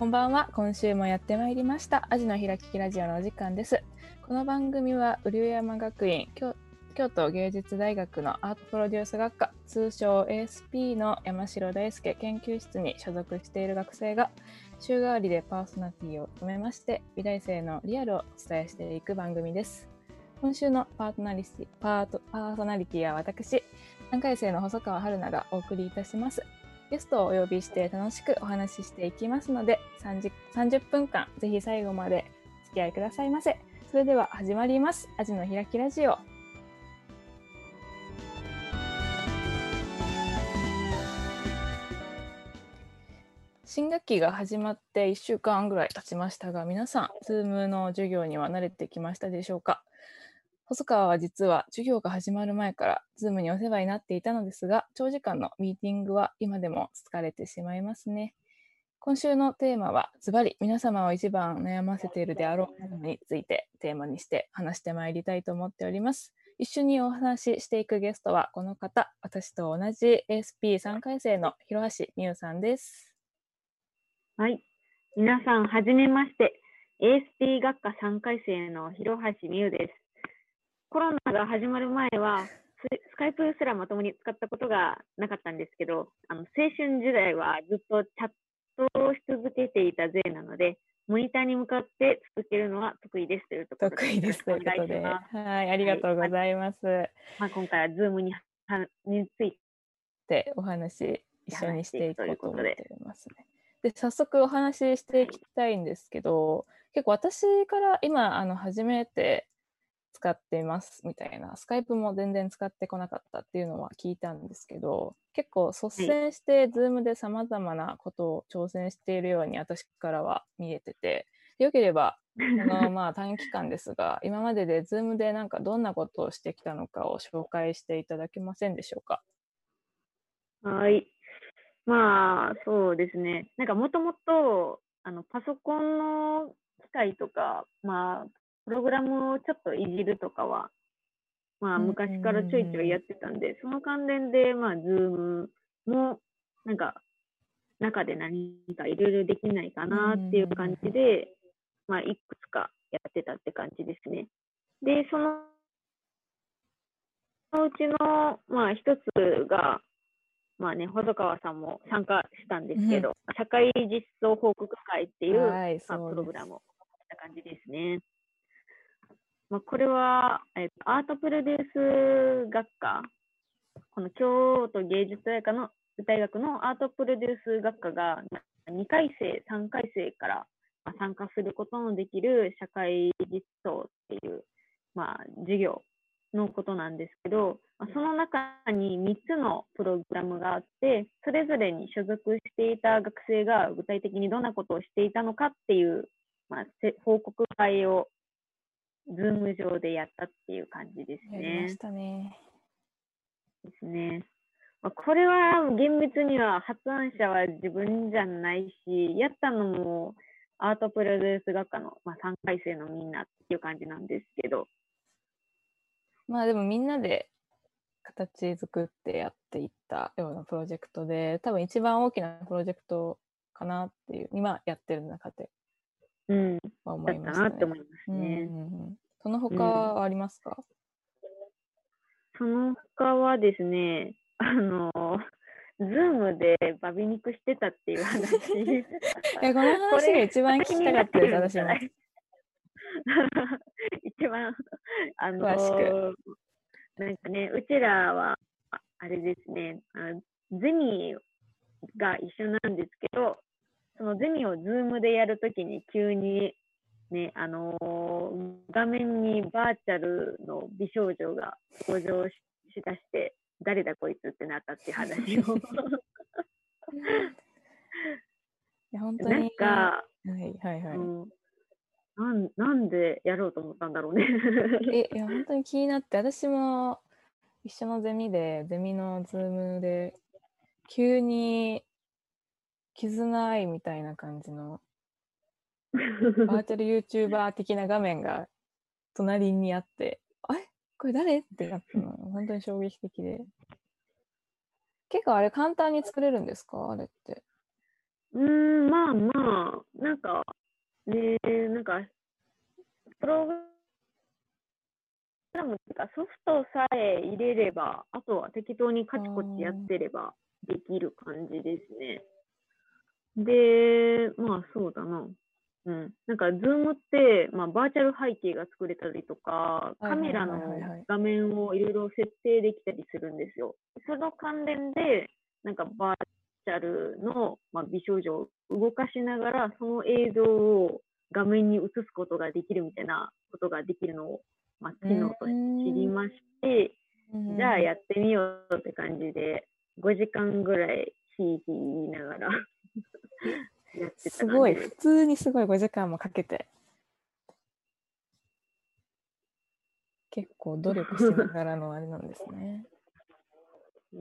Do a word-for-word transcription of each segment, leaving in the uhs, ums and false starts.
こんばんは。今週もやってまいりましたアジの開きラジオのお時間です。この番組は瓜生山学院 京, 京都芸術大学のアートプロデュース学科、通称 エーエスピー の山城大輔研究室に所属している学生が週替わりでパーソナリティを務めまして、美大生のリアルをお伝えしていく番組です。今週のパートナリティパートパーソナリティは私、さんかい生の細川春菜がお送りいたします。ゲストをお呼びして楽しくお話ししていきますので、さんじゅっぷんかんぜひ最後までお付き合いくださいませ。それでは始まります。アジの開きラジオ。新学期が始まっていっしゅうかんぐらい経ちましたが、皆さん、Zoom の授業には慣れてきましたでしょうか？細川は実は授業が始まる前から Zoom にお世話になっていたのですが、長時間のミーティングは今でも疲れてしまいますね。今週のテーマはズバリ皆様を一番悩ませているであろうものについてテーマにして話してまいりたいと思っております。一緒にお話ししていくゲストはこの方、私と同じ エーエスピーさん 回生の広橋美優さんです。 はい、皆さんはじめまして、エーエスピー 学科さんかい生の広橋美優です。コロナが始まる前はスカイプすらまともに使ったことがなかったんですけど、あの青春時代はずっとチャットをし続けていた勢なので、モニターに向かって続けるのは得意ですというところで、 得意ですということで、はい、ありがとうございます。はい、 まあ、今回は Zoom にについてお話一緒にしていこうと思っていますね。で、早速お話ししていきたいんですけど、はい、結構私から今あの初めて使っていますみたいな、スカイプも全然使ってこなかったっていうのは聞いたんですけど、結構率先して Zoom でさまざまなことを挑戦しているように私からは見えてて、よければこのまあ短期間ですが、今までで Zoom でなんかどんなことをしてきたのかを紹介していただけませんでしょうか？ はい。まあ、そうですね。なんかもともと、あの、パソコンの機械とか、まあ、プログラムをちょっといじるとかは、まあ、昔からちょいちょいやってたんで、その関連で、まあ、ズームも、なんか、中で何かいろいろできないかなっていう感じで、まあ、いくつかやってたって感じですね。で、そのうちの、まあ、一つが、まあね、細川さんも参加したんですけど、うん、社会実装報告会っていう、はい、まあ、プログラムをした感じですね。まあ、これは、えっと、アートプロデュース学科、この京都芸術大学の大学のアートプロデュース学科がにかい生、さんかい生から参加することのできる社会実装っていう、まあ、授業のことなんですけど、その中にみっつのプログラムがあって、それぞれに所属していた学生が具体的にどんなことをしていたのかっていう、まあ、報告会を Zoom 上でやったっていう感じですね。 やりましたね。 ですね。これは厳密には発案者は自分じゃないし、やったのもアートプロデュース学科の、まあ、さんかい生のみんなっていう感じなんですけど。 まあでもみんなで形作ってやっていったようなプロジェクトで、多分一番大きなプロジェクトかなっていう、今やってる中では思いましたね。 うん、だったなって思いますね。 うんうんうん、その他はありますか？ うん、その他はですね、あの、ズームでバビ肉してたっていう話。いや、この話が一番聞きたかったです、私も。 一番、あのー、なんかね、うちらは、あれですね、あゼミが一緒なんですけど、そのゼミをズームでやるときに急に、ね、あのー、画面にバーチャルの美少女が登場 し, しだして、誰だこいつってなったっていう話を。 いや本当になんか、 はいはいはい、 うん、なん、なんでやろうと思ったんだろうね。 え、いや本当に気になって、私も一緒のゼミで、ゼミのズームで、急に絆愛みたいな感じの、バーチャル YouTuber 的な画面が隣にあって、あれこれ誰ってなったの、本当に衝撃的で。結構あれ簡単に作れるんですか、あれって。 うーん、まあまあ、なんか、ね、なんか、プログラムっていうか、ソフトさえ入れれば、あとは適当にカチコチやってればできる感じですね。で、まあそうだな。うん。なんか、ズームって、まあ、バーチャル背景が作れたりとか、カメラの画面をいろいろ設定できたりするんですよ。その関連で、なんか、バーチャルの、まあ、美少女を動かしながら、その映像を画面に映すことができるみたいなことができるのを、まあ、機能として知りまして、じゃあやってみようって感じで、ごじかんぐらいヒーヒー言いながらやってた感じです。 すごい、普通にすごいごじかんもかけて。結構努力しながらのあれなんですね。 うん。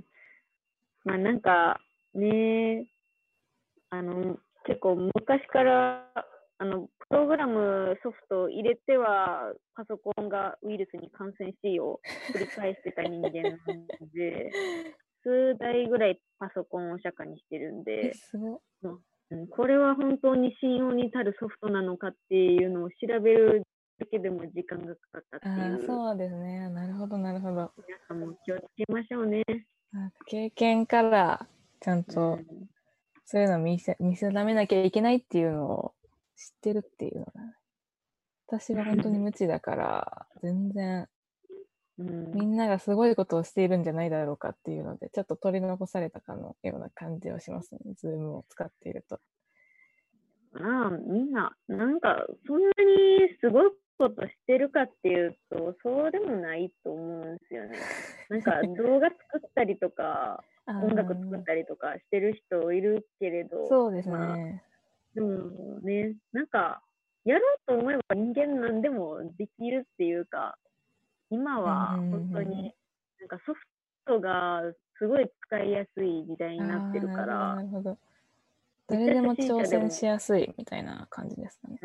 まあなんかね、あの、結構昔からあのプログラムソフトを入れてはパソコンがウイルスに感染しを繰り返してた人間なので、数台ぐらいパソコンを社会にしてるんで、 すごまあ、これは本当に信用に足るソフトなのかっていうのを調べるだけでも時間がかかったっていう。 あ、そうですね。なるほど、なるほど。 皆さんも気をつけましょうね。 経験からちゃんとそういうのを見せ、見定めなきゃいけないっていうのを知ってるっていうのが、ね、私は本当に無知だから全然、うん、みんながすごいことをしているんじゃないだろうかっていうのでちょっと取り残されたかのような感じはしますね。ズームを使っていると。 ああ、みんななんかそんなにすごいことしてるかっていうとそうでもないと思うんですよね。なんか動画作ったりとか音楽作ったりとかしてる人いるけれど、 そうですね。 まあ、でもね、なんかやろうと思えば人間なんでもできるっていうか、今は本当になんかソフトがすごい使いやすい時代になってるから、 なるほど。誰でも挑戦しやすいみたいな感じですかね。 うん、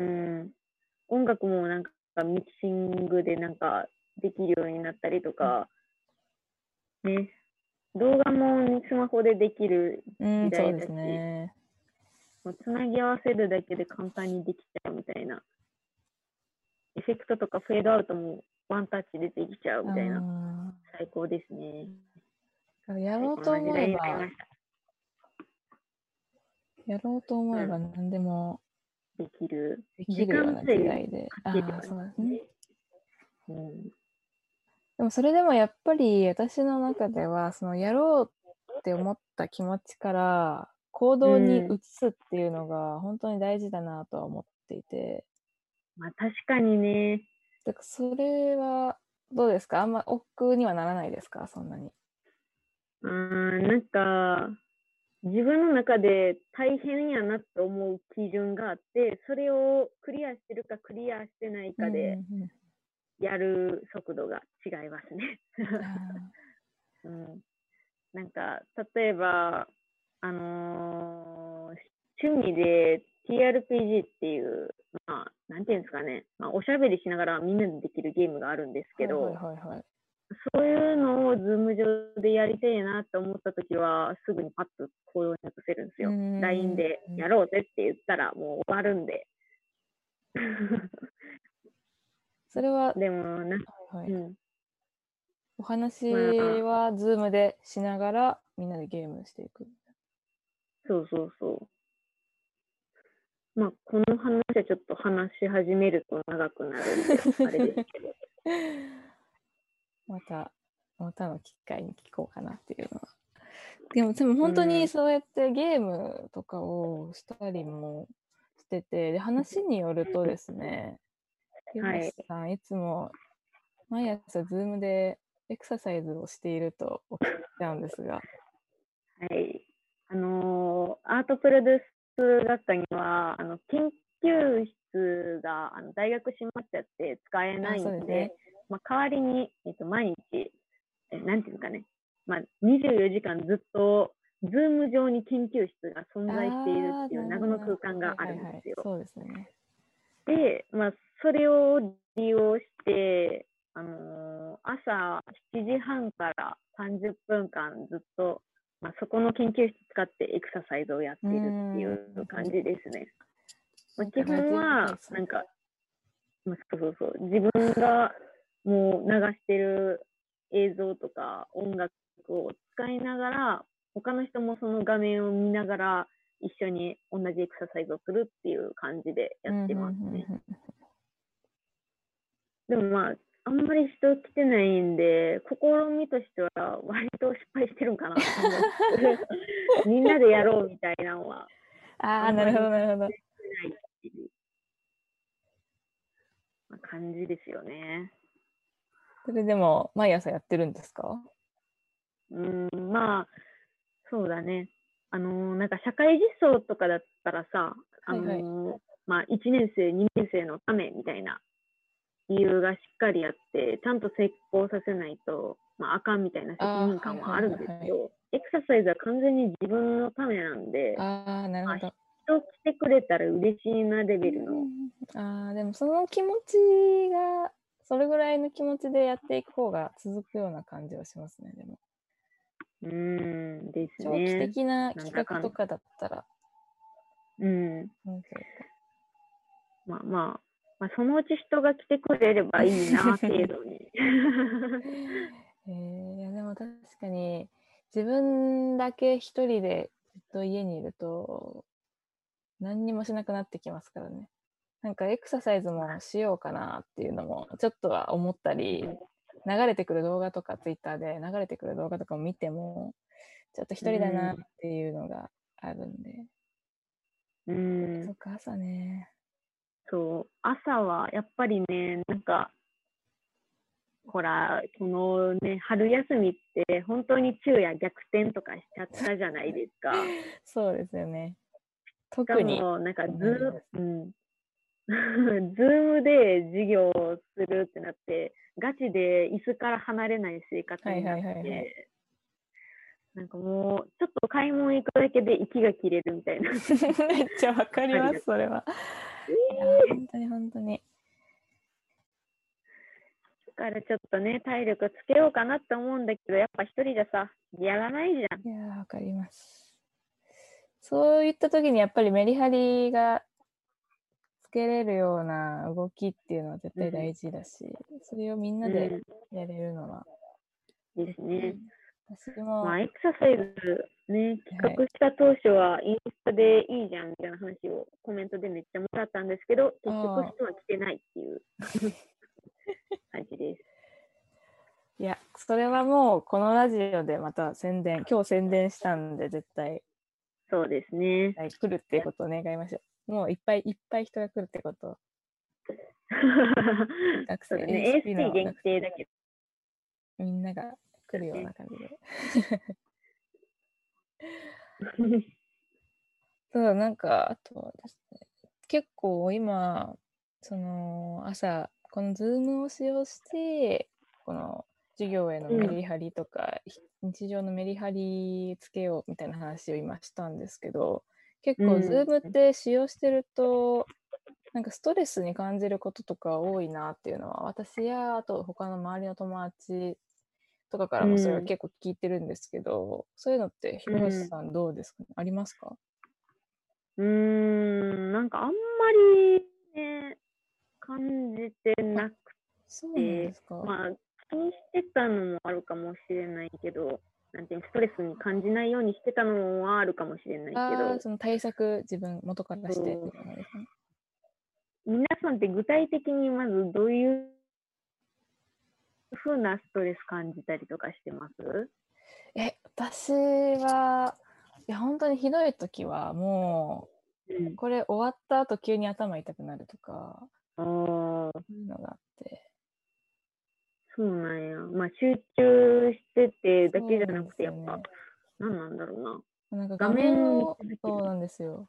音楽もなんかミキシングでなんかできるようになったりとか、うん、ね、動画もスマホでできる時代だし、うん、ね、つなぎ合わせるだけで簡単にできちゃうみたいな。エフェクトとかフェードアウトもワンタッチでできちゃうみたいな。最高ですね。 やろうと思えば、やろうと思えば何でもできる。 できるような時代で。ああ、そうですね。うん、でもそれでもやっぱり私の中ではそのやろうって思った気持ちから行動に移すっていうのが本当に大事だなとは思っていて、 うん、まあ確かにね。 だからそれはどうですか？あんま億劫にはならないですか？そんなに。 うん、なんか自分の中で大変やなと思う基準があって、それをクリアしてるかクリアしてないかでやる速度が違いますね。うん、なんか例えばあのー、趣味で ティーアールピージー っていう、まあ、なんていうんですかね、まあ、おしゃべりしながらみんなでできるゲームがあるんですけど、はいはいはいはい、そういうのをズーム上でやりたいなと思ったときは、すぐにパッと行動に移せるんですよ。ライン でやろうぜって言ったらもう終わるんで。 それは、 でもな、はいはい、うん、 お話はズームでしながらみんなでゲームしていく。 そうそうそう。まあ、この話はちょっと話し始めると長くなるんで、あれですけど。 また、またの機会に聞こうかなっていうのは。でも、でも本当にそうやってゲームとかをしたりもしてて、で話によるとですね、 はい、 さんいつも毎朝ズームでエクササイズをしているとお聞きしちゃうんですが。 はい。あのー、アートプロデュース学科には、あの、研究室があの大学閉まっちゃって使えないので、でね、まあ、代わりに、えっと、毎日、えなんていうかね、まあ、にじゅうよじかんずっと、ズーム上に研究室が存在しているっていう謎の空間があるんですよ。 そうですね。 で、まあ、それを利用して、あのー、朝しちじはんからさんじゅっぷんかんずっと、まあ、 この研究室使ってエクササイズをやっているっていう感じですね。まあ、基本は、なんか、まあ、そうそうそう、自分がもう流してる映像とか音楽を使いながら、他の人もその画面を見ながら一緒に同じエクササイズをするっていう感じでやってますね。でもまあ、あんまり人来てないんで、試みとしては割と失敗してるんかなと思って、みんなでやろうみたいなのは。 ああ、なるほど、なるほど。 感じですよね。 それでも、毎朝やってるんですか？ うん、まあ、そうだね。あのー、なんか社会実装とかだったらさ、あのーはいはい、まあ、いちねん生、にねん生のためみたいな理由がしっかりあって、ちゃんと成功させないと、まあ、あかんみたいな責任感はあるんですけど、はいはいはいはい、エクササイズは完全に自分のためなんで、 ああ、なるほど。まあ、 人来てくれたら嬉しいなレベルの。 ああ、でもその気持ちが、それぐらいの気持ちでやっていく方が続くような感じはしますね、でも。 うーんですね。 長期的な企画とかだったら。 うん。まあまあ、まあ、そのうち人が来てくれればいいな、程度に。 えー、いやでも確かに、自分だけ一人でずっと家にいると、何にもしなくなってきますからね。なんかエクササイズもしようかなっていうのもちょっとは思ったり、流れてくる動画とかツイッターで流れてくる動画とかを見ても、ちょっと一人だなっていうのがあるんで。 うん。 そっか、朝ね。 そう、朝はやっぱりね、なんか、ほら、このね、春休みって本当に昼夜逆転とかしちゃったじゃないですか。 そうですよね。 特に。しかも、なんかズー、うん、ズームで授業をするってなって、ガチで椅子から離れない生活になって、はいはいはいはい、なんかもう、ちょっと買い物行くだけで息が切れるみたいな。 めっちゃわかります、それは。えー、いや、本当に本当に。 だからちょっとね、体力つけようかなって思うんだけど、やっぱ一人じゃさ、やらないじゃん。 いや、わかります。そういった時にやっぱりメリハリがつけれるような動きっていうのは絶対大事だし、うん、それをみんなでやれるのは、 うん、ですね。 私も、 まあ、エクササイズね、企画した当初はインスタでいいじゃんみたいな話をコメントでめっちゃもらったんですけど、結局人は来てないっていう感じです。 いや、それはもうこのラジオでまた宣伝、今日宣伝したんで絶対。 そうですね。 来るっていうことを願いましょう。もういっぱいいっぱい人が来るってこと。 学生、ね、エーエスピー 限定だけど。 みんなが来るような感じで。そう、なんか、あとはですね、結構今、その、朝、このズームを使用して、この授業へのメリハリとか、うん、日常のメリハリつけようみたいな話を今したんですけど、結構ズームって使用してると、なんかストレスに感じることとか多いなっていうのは、私やあと他の周りの友達とかからもそれは結構聞いてるんですけど、うん、そういうのって広橋さんどうですかね、うん、ありますか？ うーん、なんかあんまりね、感じてなくて、 そうなんですか。 まあ、気にしてたのもあるかもしれないけど、なんていうストレスに感じないようにしてたのはあるかもしれないけど。 あ、その対策、自分元からしてっていうのですかね。 皆さんって具体的にまずどういうふうなストレス感じたりとかしてます？ え、私は、いや、本当にひどい時はもう、うん、これ終わった後急に頭痛くなるとか、 あそういうのがあって。 そうなんや。まあ、集中しててだけじゃなくて、やっぱ、ね、何なんだろうな。 なんか画面を、そうなんですよ。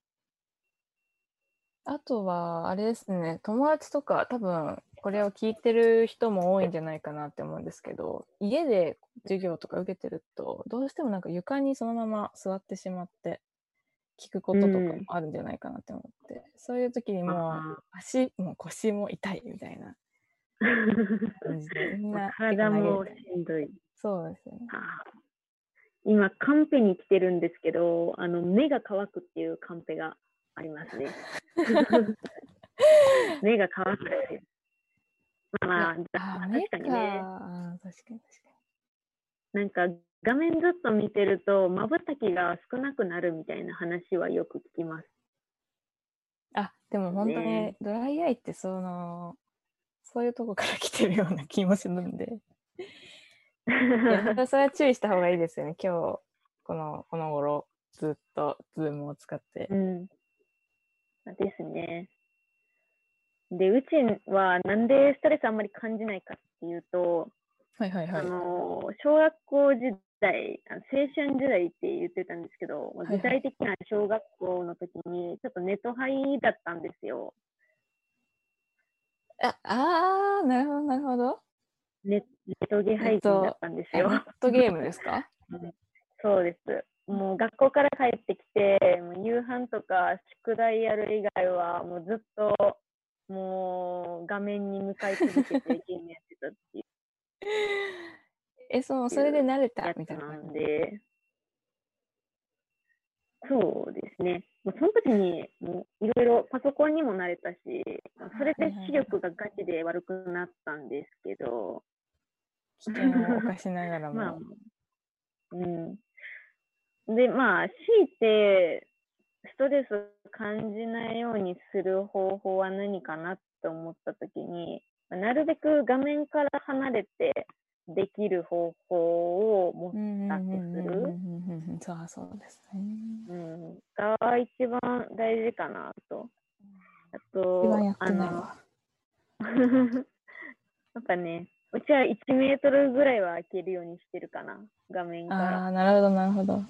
あとは、あれですね、友達とか、多分、これを聞いてる人も多いんじゃないかなって思うんですけど、家で授業とか受けてると、どうしてもなんか床にそのまま座ってしまって、聞くこととかもあるんじゃないかなって思って、うん、そういう時にもう、足も腰も痛いみたいな感じで、みんな体もしんどい。 そうですよね。 今、カンペに来てるんですけど、あの目が乾くっていうカンペがありますね。目が乾くです。まあ、まあ、確かにね。 あ、確かに確かに。 なんか画面ずっと見てると瞬きが少なくなるみたいな話はよく聞きます。 あ、でも本当にドライアイってそのそういうとこから来てるような気もするんで。いや、それは注意した方がいいですよね。今日このこの頃ずっとズームを使って。 うん。ですね。で、うちはなんでストレスあんまり感じないかっていうと、 はいはいはい。 あの小学校時代、青春時代って言ってたんですけど、はいはい、具体的な小学校の時にちょっとネットハイだったんですよ。 ああー、なるほどなるほど。 ネ, ネットゲ配信だったんですよ。 ネットゲームですか？ そうです。もう学校から帰ってきて、夕飯とか宿題やる以外はもうずっともう画面に向かい続けてゲームやってたっていう。 え、そう、それで慣れたみたいな感じで。そうですね。もうその時にもういろいろパソコンにも慣れたし、それで視力がガチで悪くなったんですけど。 危険を冒しながらも。まあ、 うん。で、まあ、強いてストレスを感じないようにする方法は何かなって思った時に、なるべく画面から離れてできる方法を持ったってする。 そうそうですね。 うん、が一番大事かなと。あと、 一番やってないわ。 やっぱね、うちはいちメートルぐらいは開けるようにしてるかな、画面から。 ああ、なるほど、なるほど。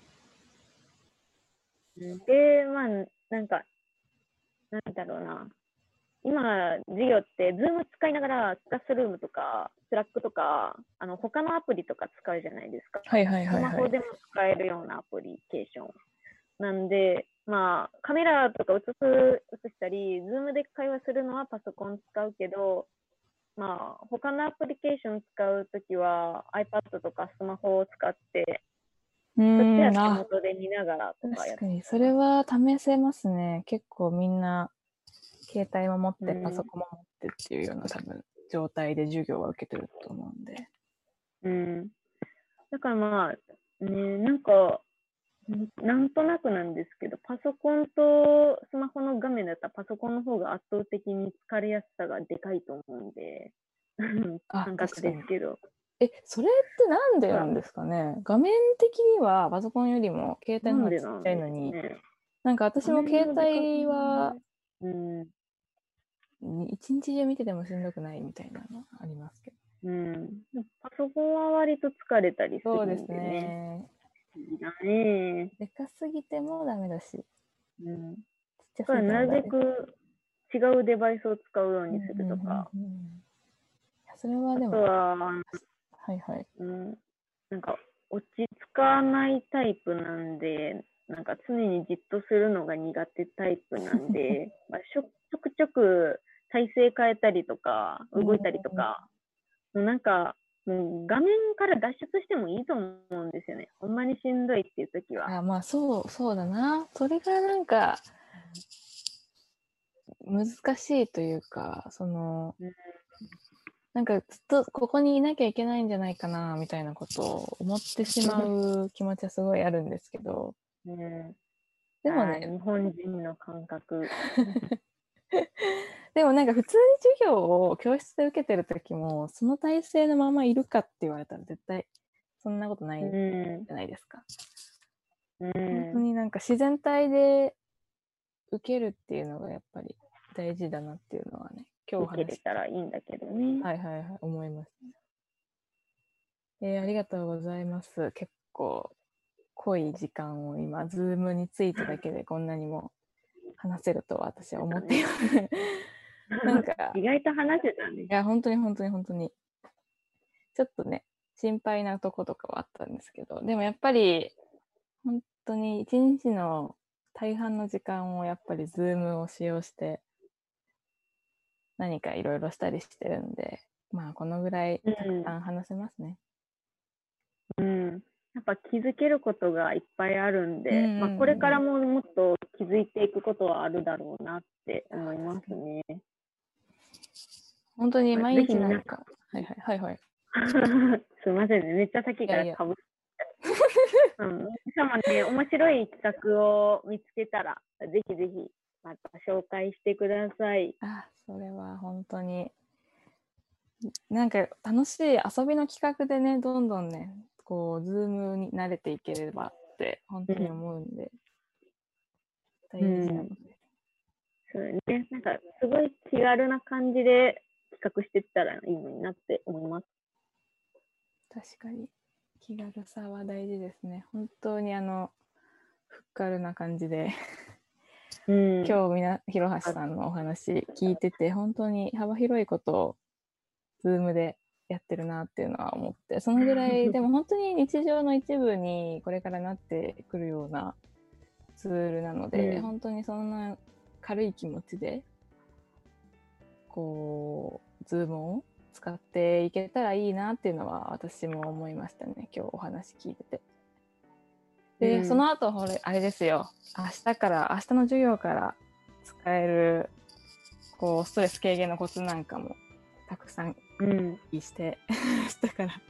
で、まあ、なんか、なんだろうな。今、授業って、ズーム使いながら、クラスルームとか、スラックとか、あの、他のアプリとか使うじゃないですか。 はいはいはい、はい。 スマホでも使えるようなアプリケーション。なんで、まあ、カメラとか映す、映したり、ズームで会話するのはパソコン使うけど、まあ、他のアプリケーション使うときは iPad とかスマホを使って、 そっちは手元で見ながらとかやって。 確かに、それは試せますね。結構みんな、携帯も持って、パソコンも持ってっていうような多分、状態で授業は受けてると思うんで。 うん。だからまあ、ね、なんか、なんとなくなんですけど、パソコンとスマホの画面だったらパソコンの方が圧倒的に疲れやすさがでかいと思うんで、感覚ですけど。 え、それってなんでなんですかね？画面的にはパソコンよりも携帯の方がちっちゃいのに、なんでなんですね。なんか私も携帯は、うん、一日中見ててもしんどくないみたいなのありますけど。 うん。パソコンは割と疲れたりするんでね。そうですね。 だね。 でかすぎてもダメだし。 うん。ちっちゃすぎてもダメ。なるべく違うデバイスを使うようにするとか。 うんうんうんうん、それはでも。 あとは、 はいはい。 うん。なんか、落ち着かないタイプなんで、なんか常にじっとするのが苦手タイプなんで、まあ、ちょくちょく体勢変えたりとか、動いたりとか、もうなんか、もう画面から脱出してもいいと思うんですよね。ほんまにしんどいっていう時は。 あ、まあそう、そうだな。それがなんか、難しいというか、その、うん、なんかずっとここにいなきゃいけないんじゃないかな、みたいなことを思ってしまう気持ちはすごいあるんですけど。うん、 でもね、日本人の感覚。 でもなんか普通に授業を教室で受けてる時も、その体勢のままいるかって言われたら絶対そんなことないじゃないですか。うん、本当になんか自然体で受けるっていうのがやっぱり大事だなっていうのはね、今日話受けれたらいいんだけどね。 はいはいはい、思いますね。えー、ありがとうございます。結構濃い時間を今、ズームについただけでこんなにも話せるとは私は思っています。なんか意外と話せたね。 いや、本当に本当に本当に。ちょっとね、心配なとことかはあったんですけど、でもやっぱり、本当に一日の大半の時間をやっぱりズームを使用して何かいろいろしたりしてるんで、まあこのぐらいたくさん話せますね。 うん。うん、 やっぱ気づけることがいっぱいあるんで、うんうんうん、まあ、これからももっと気づいていくことはあるだろうなって思いますね。 本当に毎日なんか、はいはいはいはい。 すみませんね、めっちゃ先からかぶって。うん、皆様ね、面白い企画を見つけたら、ぜひぜひまた紹介してください。 あ、それは本当に。なんか楽しい遊びの企画でね、どんどんね、こう、ズームに慣れていければって本当に思うんで、うん、大事なので。 そうね、なんかすごい気軽な感じで企画していったらいいのになって思います。 確かに気軽さは大事ですね。本当にあのふっ軽な感じで、うん、今日みな広橋さんのお話聞いてて本当に幅広いことをズームでやってるなっていうのは思って、そのぐらいでも本当に日常の一部にこれからなってくるようなツールなので、うん、本当にそんな軽い気持ちでこうズームを使っていけたらいいなっていうのは私も思いましたね、今日お話聞いてて。で、うん、その後ほれあれですよ、明日から明日の授業から使えるこうストレス軽減のコツなんかもたくさんして、うん、したから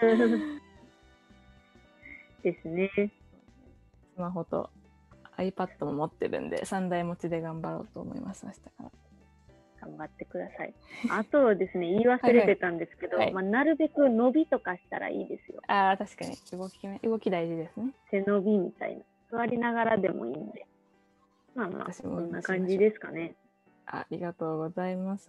ですね。 スマホと iPad も持ってるんでさんだい持ちで頑張ろうと思います。明日から頑張ってください。あとですね、言い忘れてたんですけど、はいはい、まあ、なるべく伸びとかしたらいいですよ。 ああ、確かに動き動き大事ですね。 背伸びみたいな、座りながらでもいいんで、まあまあこんな感じですかね。 ありがとうございます。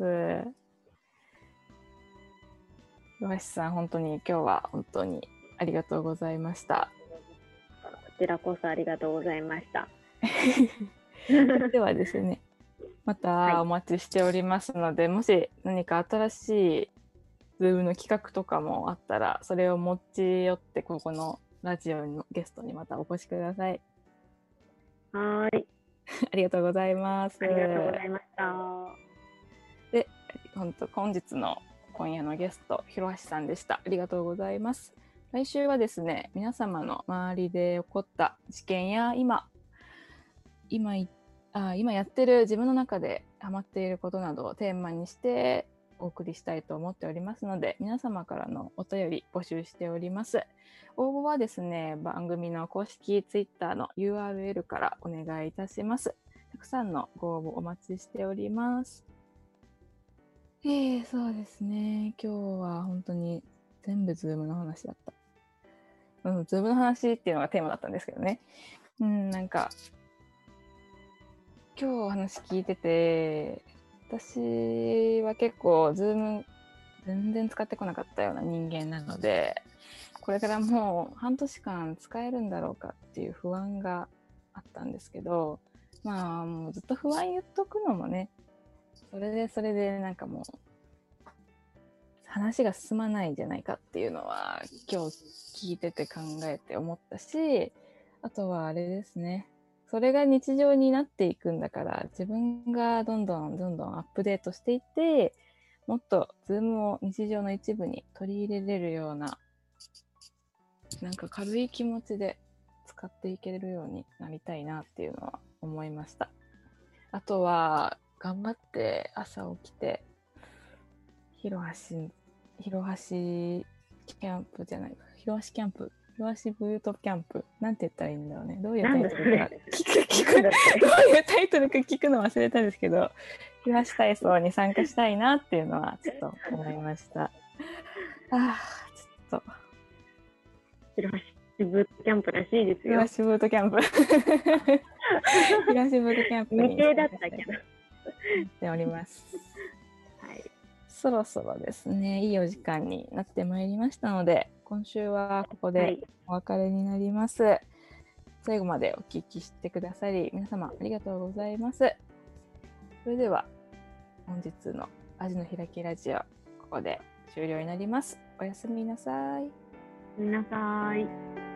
岩橋さん、本当に今日は本当にありがとうございました。 こちらこそありがとうございました。 ではですね、またお待ちしておりますので、はい、もし何か新しいZoom の企画とかもあったら、それを持ち寄ってここのラジオのゲストにまたお越しください。 はい。 ありがとうございます。 ありがとうございました。 で、本当本日の今夜のゲスト、広橋さんでした。ありがとうございます。来週はですね、皆様の周りで起こった事件や今、今、あ今やってる自分の中でハマっていることなどをテーマにしてお送りしたいと思っておりますので、皆様からのお便り募集しております。応募はですね、番組の公式ツイッターの ユーアールエル からお願いいたします。たくさんのご応募お待ちしております。えー、そうですね。今日は本当に全部ズームの話だった。うん、ズームの話っていうのがテーマだったんですけどね。うん、なんか、今日お話聞いてて、私は結構ズーム全然使ってこなかったような人間なので、これからもう半年間使えるんだろうかっていう不安があったんですけど、まあもうずっと不安言っとくのもね、それでそれでなんかもう話が進まないんじゃないかっていうのは今日聞いてて考えて思ったし、あとはあれですね。それが日常になっていくんだから、自分がどんどんどんどんアップデートしていって、もっとズームを日常の一部に取り入れれるような、なんか軽い気持ちで使っていけるようになりたいなっていうのは思いました。あとは、頑張って朝起きて、広橋、広橋キャンプじゃない、広橋キャンプ、広橋ブートキャンプ、なんて言ったらいいんだろうね。どういうタイトルか聞く、聞く、どういうタイトルか聞くの忘れたんですけど、広橋体操に参加したいなっていうのはちょっと思いました。ああ、ちょっと。 広橋ブートキャンプらしいですよ。 広橋ブートキャンプ。広橋ブートキャンプに未定だったけど。 しております。 はい。 そろそろですね、いいお時間になってまいりましたので、今週はここでお別れになります。はい、最後までお聞きしてくださり、皆様ありがとうございます。それでは、本日のアジの開きラジオ、ここで終了になります。おやすみなさい。 おやすみなさい。